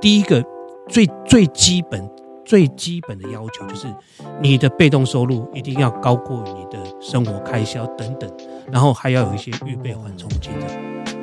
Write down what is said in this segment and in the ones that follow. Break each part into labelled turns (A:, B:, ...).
A: 第一个最基本的要求就是你的被动收入一定要高过于你的生活开销等等，然后还要有一些预备缓冲金的。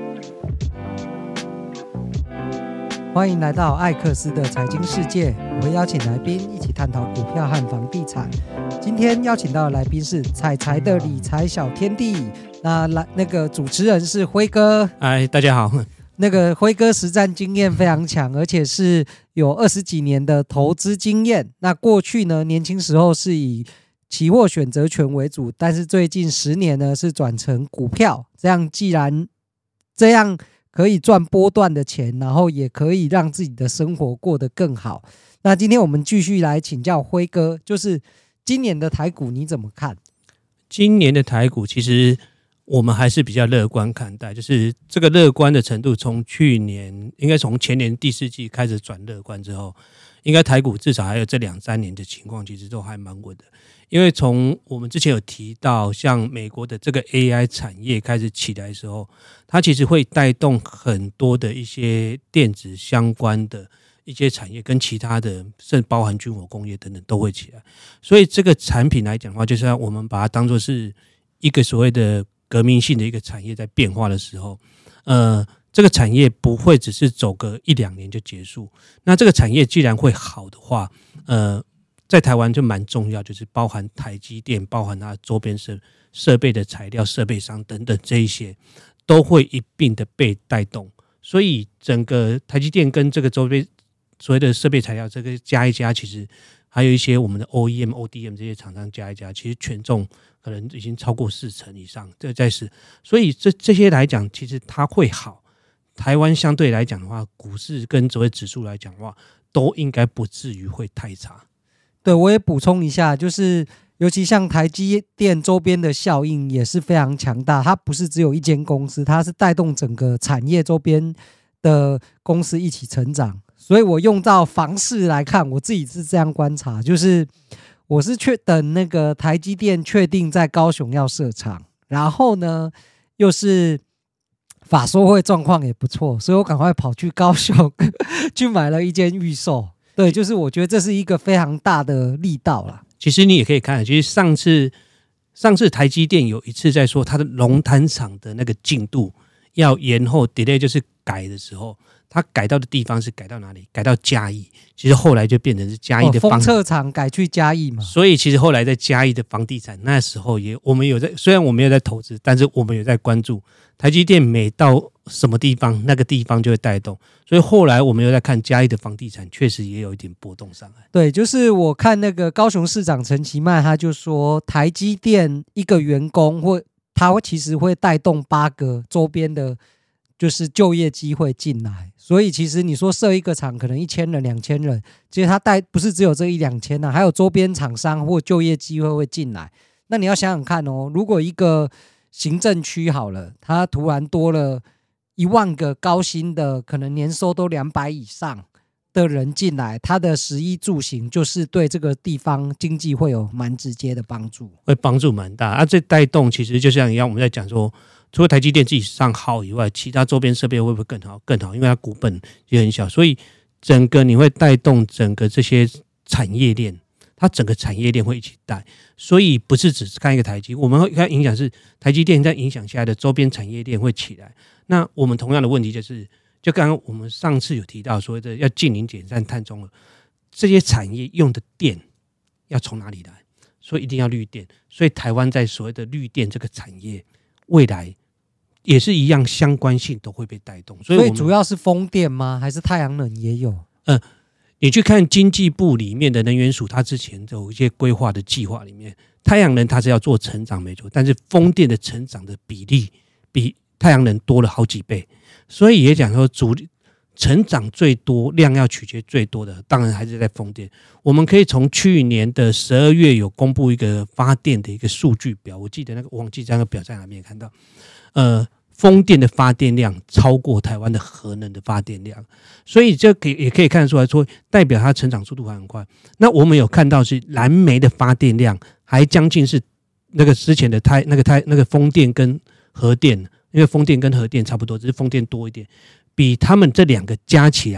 B: 欢迎来到艾克斯的财经世界，我会邀请来宾一起探讨股票和房地产。今天邀请到的来宾是彩财的理财小天地，那个主持人是辉哥。
A: 嗨，大家好。
B: 那个辉哥实战经验非常强，而且是有20几年的投资经验。那过去呢，年轻时候是以期货选择权为主，但是最近10年呢是转成股票。既然这样可以赚波段的钱，然后也可以让自己的生活过得更好。那今天我们继续来请教辉哥，就是今年的台股你怎么看？
A: 今年的台股其实我们还是比较乐观看待，就是这个乐观的程度从去年应该从前年第4季开始转乐观之后，应该台股至少还有这2-3年的情况其实都还蛮稳的。因为从我们之前有提到像美国的这个 AI 产业开始起来的时候，它其实会带动很多的一些电子相关的一些产业跟其他的甚至包含军火工业等等都会起来。所以这个产品来讲的话，就是我们把它当作是一个所谓的革命性的一个产业在变化的时候，这个产业不会只是走个1-2年就结束。那这个产业既然会好的话，在台湾就蛮重要，就是包含台积电，包含它周边设备的材料、设备商等等，这一些都会一并的被带动。所以整个台积电跟这个周边所谓的设备材料这个加一加，其实还有一些我们的 OEM、ODM 这些厂商加一加，其实权重可能已经超过40%以上，所以这些来讲，其实它会好。台湾相对来讲的话，股市跟所谓指数来讲的话，都应该不至于会太差。
B: 对，我也补充一下，就是尤其像台积电周边的效应也是非常强大，它不是只有一间公司，它是带动整个产业周边的公司一起成长。所以我用到房市来看，我自己是这样观察，就是我是等那个台积电确定在高雄要设厂，然后呢又是法说会状况也不错，所以我赶快跑去高雄去买了一间预售。对，就是我觉得这是一个非常大的力道啦。
A: 其实你也可以看，其实上次台积电有一次在说它的龙潭厂的那个进度要延后 delay， 就是改的时候，它改到的地方是改到哪里？改到嘉义。其实后来就变成是嘉义的
B: 封测厂改去嘉义嘛。
A: 所以其实后来在嘉义的房地产那时候我们有在，虽然我没有在投资，但是我们有在关注台积电每到什么地方，那个地方就会带动。所以后来我们又在看嘉义的房地产，确实也有一点波动上来。
B: 对，就是我看那个高雄市长陈其迈，他就说台积电一个员工他其实会带动8个周边的就是就业机会进来。所以其实你说设一个厂可能1000人2000人，其实它不是只有这1-2000啊，还有周边厂商或就业机会会进来。那你要想想看哦，如果一个行政区好了，它突然多了1万个高薪的，可能年收都200以上的人进来，它的食衣住行就是对这个地方经济会有蛮直接的帮助，
A: 会帮助蛮大。这带动其实就像一样，我们在讲说，除了台积电自己上好以外，其他周边设备会不会更好？更好，因为它股本也很小，所以整个你会带动整个这些产业链，它整个产业链会一起带，所以不是只是看一个台积，我们会看影响是台积电在影响下来的周边产业链会起来。那我们同样的问题就是，就刚刚我们上次有提到所谓的要净零减碳碳中和，这些产业用的电要从哪里来？所以一定要绿电，所以台湾在所谓的绿电这个产业，未来也是一样，相关性都会被带动。
B: 所以主要是风电吗？还是太阳能也有？
A: 你去看经济部里面的能源署，它之前有一些规划的计划里面，太阳能它是要做成长没错，但是风电的成长的比例比太阳能多了好几倍，所以也讲说成长最多、量要取决最多的，当然还是在风电。我们可以从去年的12月有公布一个发电的一个数据表，我记得那个忘记这个表在哪边看到，风电的发电量超过台湾的核能的发电量，所以这也可以看得出来说，代表它成长速度还很快。那我们有看到是燃煤的发电量还将近是那个之前的那个风电跟核电，因为风电跟核电差不多，只是风电多一点，比他们这两个加起来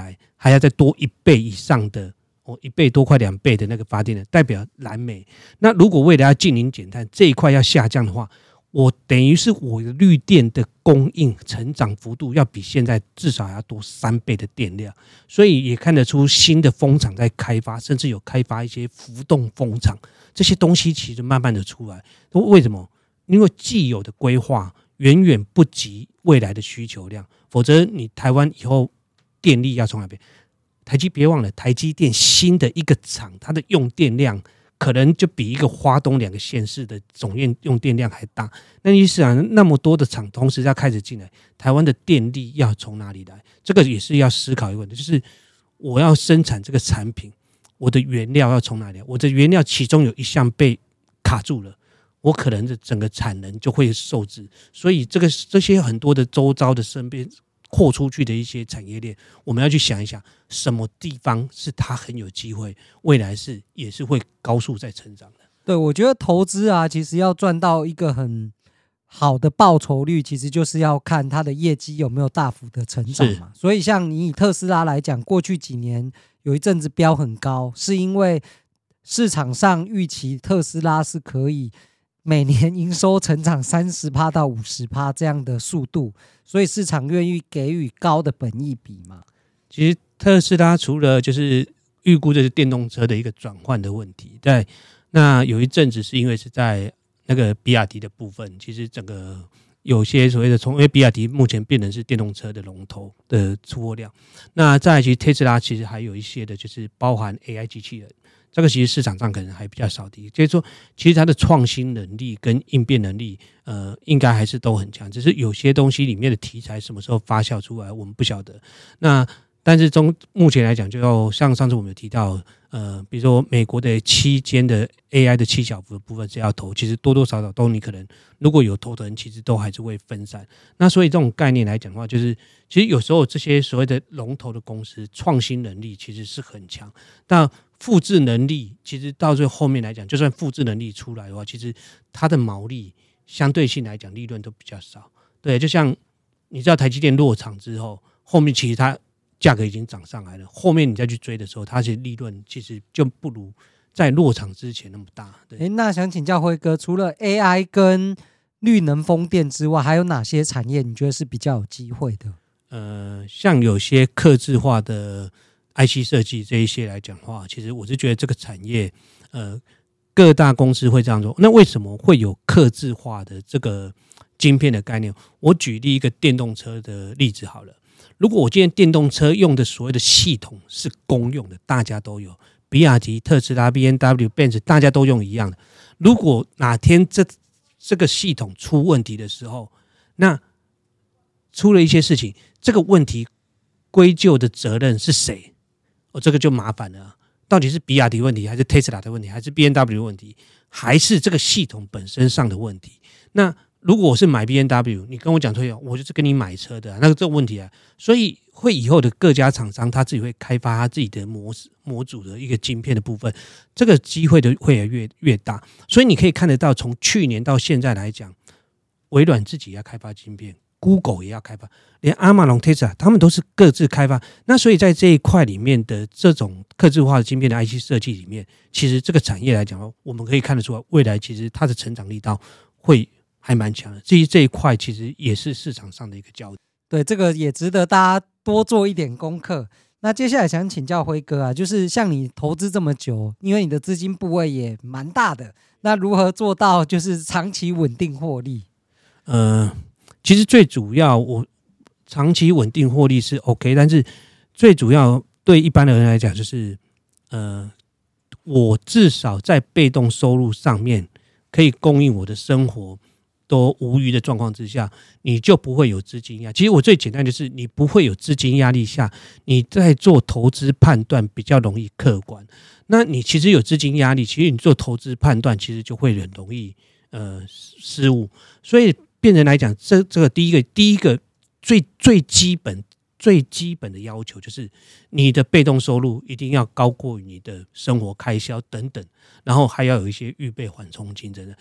A: 还要再多1倍以上的1倍多快2倍的那个发电量，代表燃煤。那如果为了要净零减碳这一块要下降的话，我等于是我的绿电的供应成长幅度要比现在至少要多3倍的电量，所以也看得出新的风场在开发，甚至有开发一些浮动风场，这些东西其实慢慢的出来。为什么？因为既有的规划远远不及未来的需求量，否则你台湾以后电力要从哪边？别忘了，台积电新的一个厂，它的用电量可能就比一个花东2个县市的总用电量还大。那意思啊，那么多的厂同时要开始进来，台湾的电力要从哪里来？这个也是要思考一个问题，就是我要生产这个产品，我的原料要从哪里来？我的原料其中有一项被卡住了，我可能的整个产能就会受制。所以这些很多的周遭的身边扩出去的一些产业链，我们要去想一想，什么地方是它很有机会，未来也是会高速在成长的。
B: 对，我觉得投资啊，其实要赚到一个很好的报酬率，其实就是要看它的业绩有没有大幅的成长嘛。所以像你以特斯拉来讲，过去几年有一阵子飙很高，是因为市场上预期特斯拉是可以每年营收成长30%到50%这样的速度，所以市场愿意给予高的本益比嘛。
A: 其实特斯拉除了就是预估的是电动车的一个转换的问题，那有一阵子是因为是在那个比亚迪的部分，其实整个有些所谓的因为比亚迪目前变成是电动车的龙头的出货量，那再来其实特斯拉其实还有一些的就是包含 AI 机器人，这个其实市场上可能还比较少的，就是说其实它的创新能力跟应变能力应该还是都很强，只是有些东西里面的题材什么时候发酵出来我们不晓得。那但是目前来讲，就要像上次我们有提到比如说美国的7间的 AI 的7小福的部分是要投，其实多多少少都你可能如果有投的人其实都还是会分散。那所以这种概念来讲的话，就是其实有时候这些所谓的龙头的公司创新能力其实是很强，但复制能力其实到最后面来讲，就算复制能力出来的话，其实它的毛利相对性来讲利润都比较少。对，就像你知道台积电落场之后，后面其实它价格已经涨上来了，后面你再去追的时候，它其实利润其实就不如在落场之前那么大。对，
B: 那想请教辉哥，除了 AI 跟绿能风电之外，还有哪些产业你觉得是比较有机会的？
A: 像有些客制化的 IC 设计这一些来讲的话，其实我是觉得这个产业各大公司会这样做。那为什么会有客制化的这个晶片的概念？我举例一个电动车的例子好了。如果我今天电动车用的所谓的系统是公用的，大家都有，比亚迪、特斯拉、BMW、Benz 大家都用一样的。如果哪天这个系统出问题的时候，那出了一些事情，这个问题归咎的责任是谁？这个就麻烦了。到底是比亚迪问题，还是特斯拉的问题，还是 BMW 的问题，还是这个系统本身上的问题？那如果我是买 BMW， 你跟我讲推我就是跟你买车的那个这个问题啊，所以会以后的各家厂商他自己会开发他自己的模组的一个晶片的部分，这个机会的会越大。所以你可以看得到，从去年到现在来讲，微软自己也要开发晶片， Google 也要开发，连阿马龙、Tesla 他们都是各自开发。那所以在这一块里面的这种客制化的晶片的 IC 设计里面，其实这个产业来讲，我们可以看得出来，未来其实它的成长力道会还蛮强的。至于这一块其实也是市场上的一个焦点。
B: 对，这个也值得大家多做一点功课。那接下来想请教辉哥啊，就是像你投资这么久，因为你的资金部位也蛮大的，那如何做到就是长期稳定获利？
A: 其实最主要我长期稳定获利是 OK， 但是最主要对一般的人来讲，就是我至少在被动收入上面可以供应我的生活都无虞的状况之下，你就不会有资金压力。其实我最简单就是你不会有资金压力下，你在做投资判断比较容易客观。那你其实有资金压力，其实你做投资判断其实就会很容易失误。所以变成来讲，这个第一个最基本的要求就是你的被动收入一定要高过于你的生活开销等等，然后还要有一些预备缓冲金等等。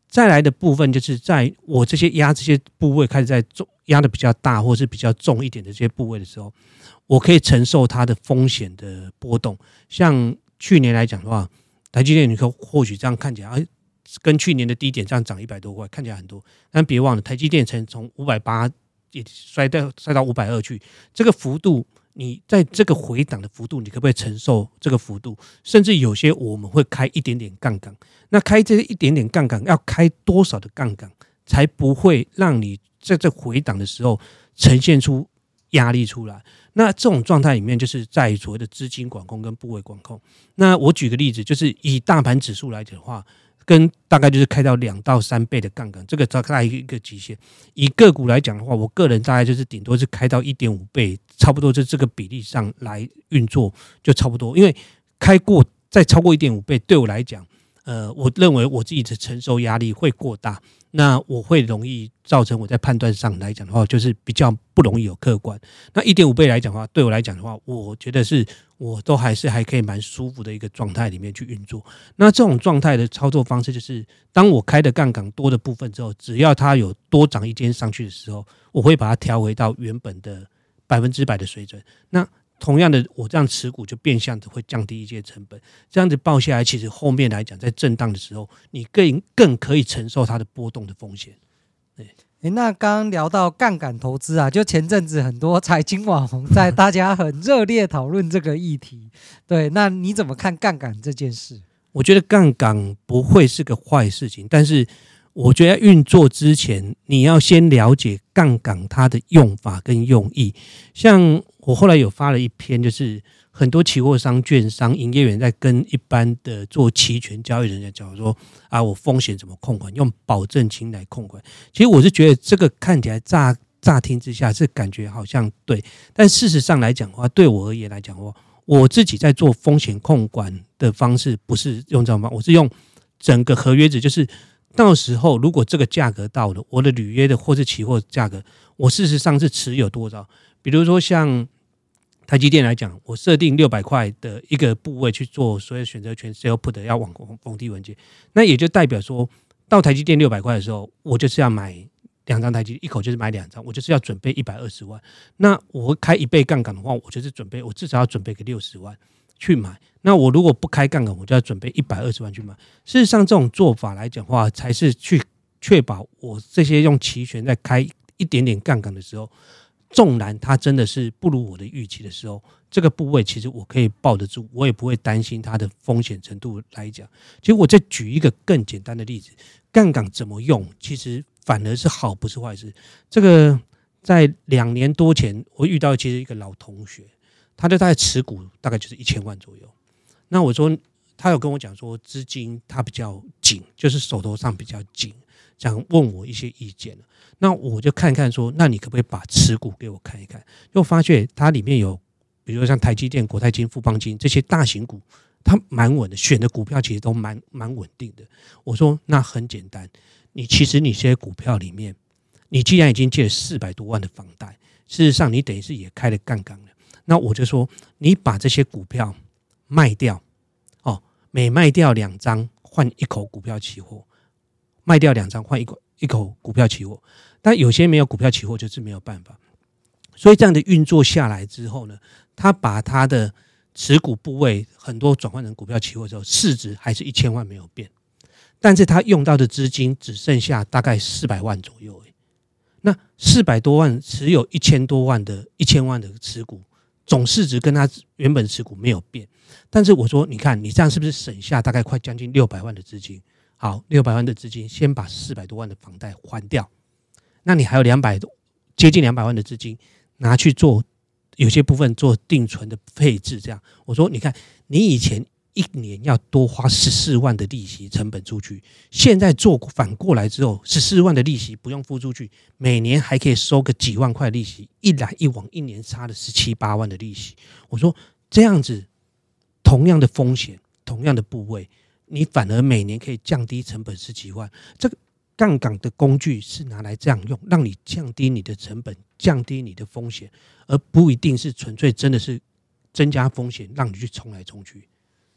A: 再来的部分就是在我这些部位开始在压的比较大或是比较重一点的这些部位的时候，我可以承受它的风险的波动。像去年来讲的话，台积电你或许这样看起来，跟去年的低点这样涨100多块，看起来很多，但别忘了台积电从580也摔到520去，这个幅度。你在这个回档的幅度，你可不可以承受这个幅度？甚至有些我们会开一点点杠杆，那开这一点点杠杆要开多少的杠杆，才不会让你在这回档的时候呈现出压力出来？那这种状态里面，就是在所谓的资金管控跟部位管控。那我举个例子，就是以大盘指数来讲的话，跟大概就是开到2到3倍的杠杆，这个大概一个极限。以个股来讲的话，我个人大概就是顶多是开到1.5倍，差不多就这个比例上来运作就差不多。因为再超过1.5倍，对我来讲，我认为我自己的承受压力会过大，那我会容易造成我在判断上来讲的话，就是比较不容易有客观。那1.5倍来讲的话，对我来讲的话，我觉得是我都还可以蛮舒服的一个状态里面去运作。那这种状态的操作方式，就是当我开的杠杆多的部分之后，只要它有多涨一间上去的时候，我会把它调回到原本的100%的水准。那同样的，我这样持股就变相的会降低一些成本，这样子报下来，其实后面来讲，在震荡的时候，你更可以承受它的波动的风险。
B: 那刚刚聊到杠杆投资啊，就前阵子很多财经网红在大家很热烈讨论这个议题。对，那你怎么看杠杆这件事？
A: 我觉得杠杆不会是个坏事情，但是我觉得运作之前，你要先了解杠杆它的用法跟用意。像我后来有发了一篇，就是很多期货商、券商、营业员在跟一般的做期权交易人在讲说啊，我风险怎么控管，用保证金来控管。其实我是觉得这个看起来乍听之下是感觉好像对，但事实上来讲的话，对我而言来讲的话，我自己在做风险控管的方式不是用这种方法，我是用整个合约值，就是到时候如果这个价格到了，我的履约的或是期货价格，我事实上是持有多少。比如说像台积电来讲，我设定600块的一个部位去做所有选择权 sell put 要往逢低完结，那也就代表说到台积电600块的时候，我就是要买2张台积电，一口就是买2张，我就是要准备120万。那我开1倍杠杆的话，我就是我至少要准备个60万去买。那我如果不开杠杆，我就要准备120万去买。事实上，这种做法来讲的话，才是去确保我这些用期权在开一点点杠杆的时候，纵然它真的是不如我的预期的时候，这个部位其实我可以抱得住，我也不会担心它的风险程度来讲。其实我再举一个更简单的例子，杠杆怎么用，其实反而是好，不是坏事。这个在2年多前，我遇到其实一个老同学，他就大概持股大概就是1000万左右。那我说，他有跟我讲说，资金他比较紧，就是手头上比较紧，想问我一些意见。那我就看看说，那你可不可以把持股给我看一看？就发现它里面有，比如说像台积电、国泰金、富邦金这些大型股，它蛮稳的，选的股票其实都蛮稳定的。我说那很简单，其实你这些股票里面，你既然已经借了400多万的房贷，事实上你等于是也开了杠杆了。那我就说，你把这些股票卖掉，每卖掉2张换1口股票期货，卖掉2张换一口股票期货。但有些没有股票期货就是没有办法，所以这样的运作下来之后呢，他把他的持股部位很多转换成股票期货之后，市值还是1000万没有变，但是他用到的资金只剩下大概400万左右。那400多万持有1000多万的1000万的持股，总市值跟他原本持股没有变，但是我说你看你这样是不是省下大概快将近600万的资金？好，600万的资金先把400多万的房贷还掉，那你还有接近200万的资金拿去做有些部分做定存的配置，这样我说你看你以前1年要多花14万的利息成本出去，现在做反过来之后，14万的利息不用付出去，每年还可以收个几万块利息，一来一往1年差了17、18万的利息。我说这样子同样的风险，同样的部位，你反而每年可以降低成本10几万。这个杠杆的工具是拿来这样用，让你降低你的成本，降低你的风险，而不一定是纯粹真的是增加风险，让你去冲来冲去。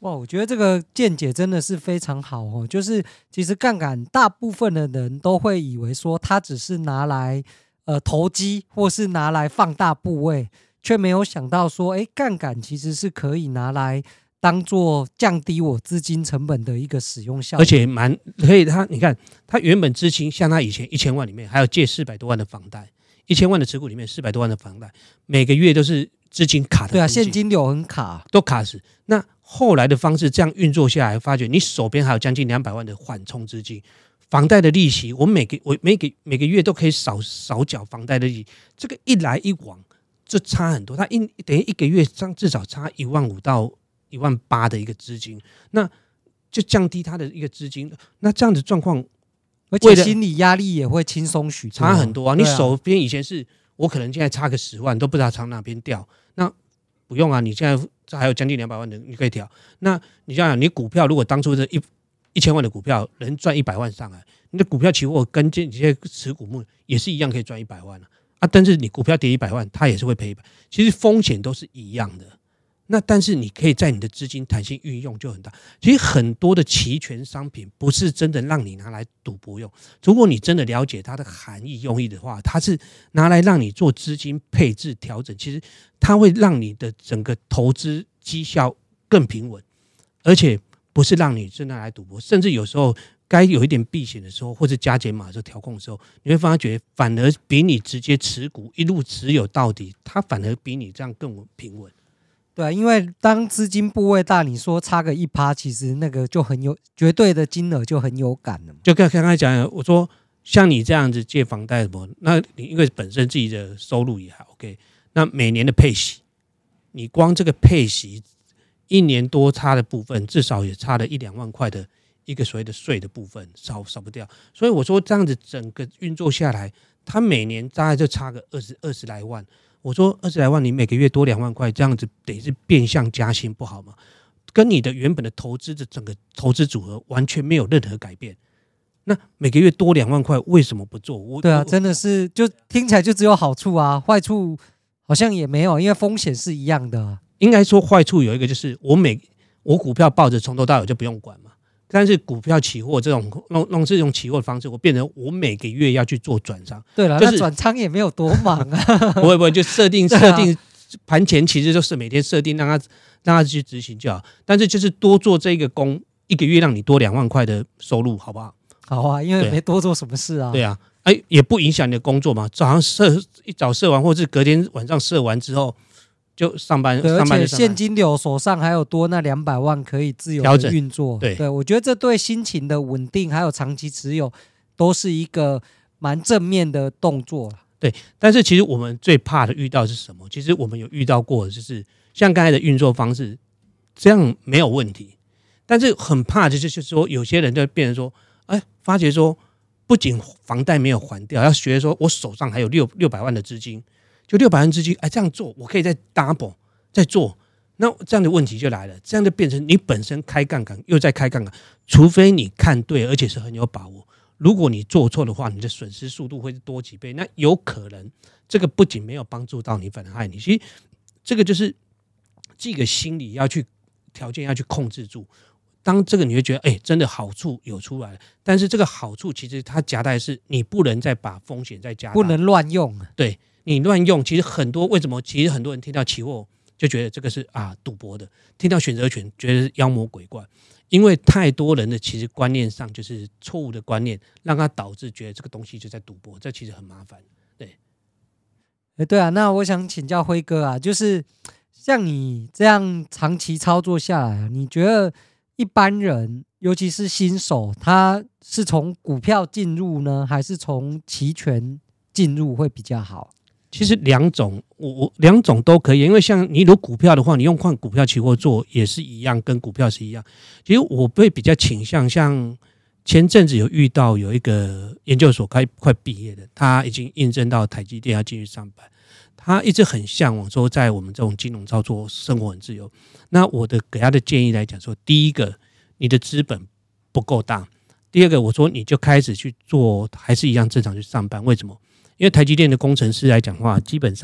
B: 哇，我觉得这个见解真的是非常好哦。就是其实杠杆大部分的人都会以为说它只是拿来投机，或是拿来放大部位，却没有想到说，杠杆其实是可以拿来当做降低我资金成本的一个使用效果，
A: 而且蛮可以。你看，他原本资金像他以前1000万里面还有借400多万的房贷，1000万的持股里面400多万的房贷，每个月都是资金卡的，
B: 对啊，现金流很卡，
A: 都卡死。那后来的方式这样运作下来，发觉你手边还有将近200万的缓冲资金，房贷的利息，我每个月都可以少缴房贷的利息，这个一来一往就差很多。它等于一个月至少差15000到18000的一个资金，那就降低它的一个资金。那这样的状况，
B: 而且心理压力也会轻松许多，
A: 差很多啊！你手边以前是我可能现在差个10万都不知道从哪边掉，那不用啊！你现在还有将近200万的，你可以调。那你想想，你股票如果当初这1000万的股票能赚100万上来，你的股票期货跟这些持股目也是一样可以赚100万啊！但是你股票跌100万，它也是会赔100，其实风险都是一样的。那但是你可以在你的资金弹性运用就很大。其实很多的期权商品不是真的让你拿来赌博用，如果你真的了解它的含义用意的话，它是拿来让你做资金配置调整，其实它会让你的整个投资绩效更平稳，而且不是让你真的来赌博，甚至有时候该有一点避险的时候，或者加减码的时候调控的时候，你会发觉反而比你直接持股一路持有到底，它反而比你这样更平稳。
B: 对，因为当资金部位大，你说差个1%，其实那个就很有绝对的金额就很有感了嘛。
A: 就刚才讲，我说像你这样子借房贷什么，那你因为本身自己的收入也还 OK， 那每年的配息，你光这个配息1年多差的部分，至少也差了1-2万块的一个所谓的税的部分，少不掉。所以我说这样子整个运作下来，它每年大概就差个20来万。我说20来万，你每个月多2万块，这样子等于是变相加薪，不好吗？跟你的原本的投资的整个投资组合完全没有任何改变。那每个月多2万块，为什么不做？
B: 对啊，真的是就听起来就只有好处啊，坏处好像也没有，因为风险是一样的。
A: 应该说坏处有一个就是我股票抱着从头到尾就不用管嘛。但是股票期货这种弄这种期货的方式，我变成我每个月要去做转仓。
B: 对了，那转仓也没有多忙啊。
A: 不会，就设定盘前其实就是每天设定让他去执行就好。但是就是多做这个工，一个月让你多2万块的收入，好不好？
B: 好啊，因为没多做什么事啊。
A: 对啊，也不影响你的工作嘛。早上一早设完，或是隔天晚上设完之后。就上班，
B: 而且现金流手上还有多那200万可以自由的运作。对，我觉得这对心情的稳定还有长期持有都是一个蛮正面的动作。
A: 对，但是其实我们最怕的遇到是什么？其实我们有遇到过的，就是像刚才的运作方式，这样没有问题，但是很怕的就是说，有些人就变成说，发觉说，不仅房贷没有还掉，要学说我手上还有600万的资金。就600万资金，这样做我可以再 double 再做，那这样的问题就来了，这样就变成你本身开杠杆又在开杠杆，除非你看对，而且是很有把握。如果你做错的话，你的损失速度会多几倍，那有可能这个不仅没有帮助到你，反而害你。其实这个就是这个心理要去条件要去控制住。当这个你会觉得，真的好处有出来了，但是这个好处其实它夹带是你不能再把风险再加大，
B: 不能乱用。
A: 对。你乱用，其实为什么？其实很多人听到期货就觉得这个是赌博的，听到选择权觉得是妖魔鬼怪，因为太多人的其实观念上就是错误的观念，让他导致觉得这个东西就在赌博，这其实很麻烦。对，
B: 对啊，那我想请教辉哥啊，就是像你这样长期操作下来，你觉得一般人，尤其是新手，他是从股票进入呢，还是从期权进入会比较好？
A: 其实两种都可以，因为像你有股票的话，你用股票期货做也是一样，跟股票是一样。其实我会比较倾向，像前阵子有遇到有一个研究所快毕业的，他已经应征到台积电要进去上班，他一直很向往说在我们这种金融操作生活很自由。那我给他的建议来讲说，第一个你的资本不够大，第二个我说你就开始去做，还是一样正常去上班。为什么？因为台积电的工程师来讲的话，基本上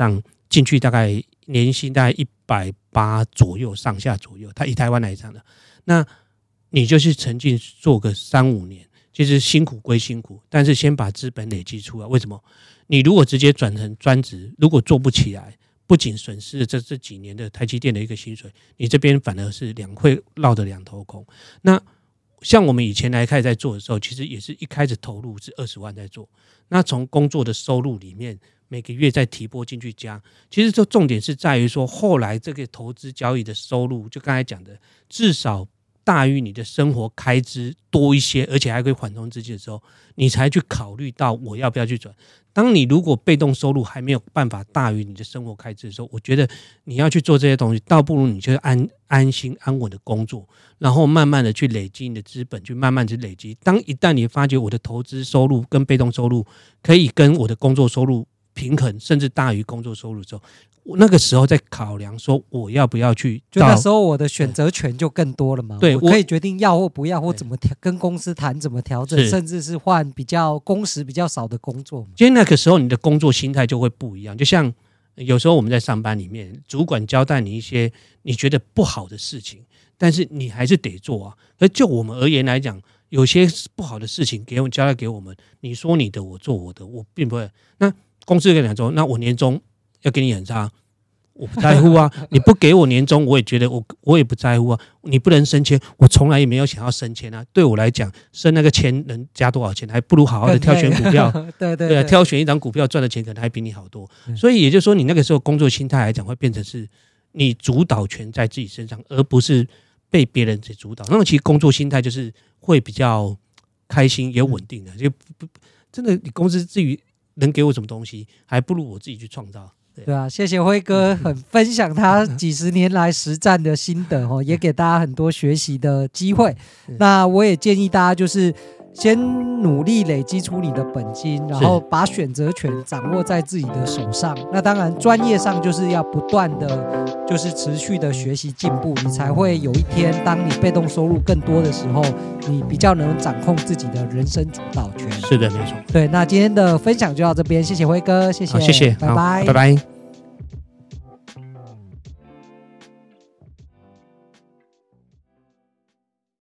A: 进去大概年薪大概180左右上下左右，他以台湾来讲的，那你就去沉浸做个3-5年，其实辛苦归辛苦，但是先把资本累积出来。为什么？你如果直接转成专职，如果做不起来，不仅损失了这几年的台积电的一个薪水，你这边反而是会落得两头空。那像我们以前开始在做的时候，其实也是一开始投入是20万在做，那从工作的收入里面每个月再提拨进去加，其实这重点是在于说，后来这个投资交易的收入，就刚才讲的，至少大于你的生活开支多一些，而且还可以缓冲资金的时候，你才去考虑到我要不要去转。当你如果被动收入还没有办法大于你的生活开支的时候，我觉得你要去做这些东西，倒不如你就安心安稳的工作，然后慢慢的去累积你的资本，去慢慢去累积。一旦你发觉我的投资收入跟被动收入可以跟我的工作收入平衡，甚至大于工作收入的时候，那个时候在考量说我要不要去，
B: 就那时候我的选择权就更多了嘛。
A: 对，
B: 我可以决定要或不要，或怎么跟公司谈怎么调整，甚至是换比较工时比较少的工作。
A: 其实那个时候你的工作心态就会不一样。就像有时候我们在上班里面，主管交代你一些你觉得不好的事情，但是你还是得做啊。而就我们而言来讲，有些不好的事情交代给我们，你说你的，我做我的，我并不会。那公司跟你讲说，那我年终要给你很差，我不在乎啊。你不给我年终，我也觉得我也不在乎啊。你不能升迁，我从来也没有想要升迁啊。对我来讲，升那个钱能加多少钱，还不如好好的挑选股票。对啊，挑选一张股票赚的钱可能还比你好多。所以也就是说，你那个时候工作心态来讲，会变成是你主导权在自己身上，而不是被别人给主导。那么其实工作心态就是会比较开心也稳定的，就真的你公司至于能给我什么东西，还不如我自己去创造。
B: 对啊，谢谢辉哥很分享他几十年来实战的心得也给大家很多学习的机会。那我也建议大家就是先努力累积出你的本金，然后把选择权掌握在自己的手上。那当然专业上就是要不断的就是持续的学习进步，你才会有一天当你被动收入更多的时候，你比较能掌控自己的人生主导权。
A: 是的，没错。
B: 对，那今天的分享就到这边，谢谢辉哥，谢谢，
A: 谢谢，
B: 拜拜，
A: 拜拜。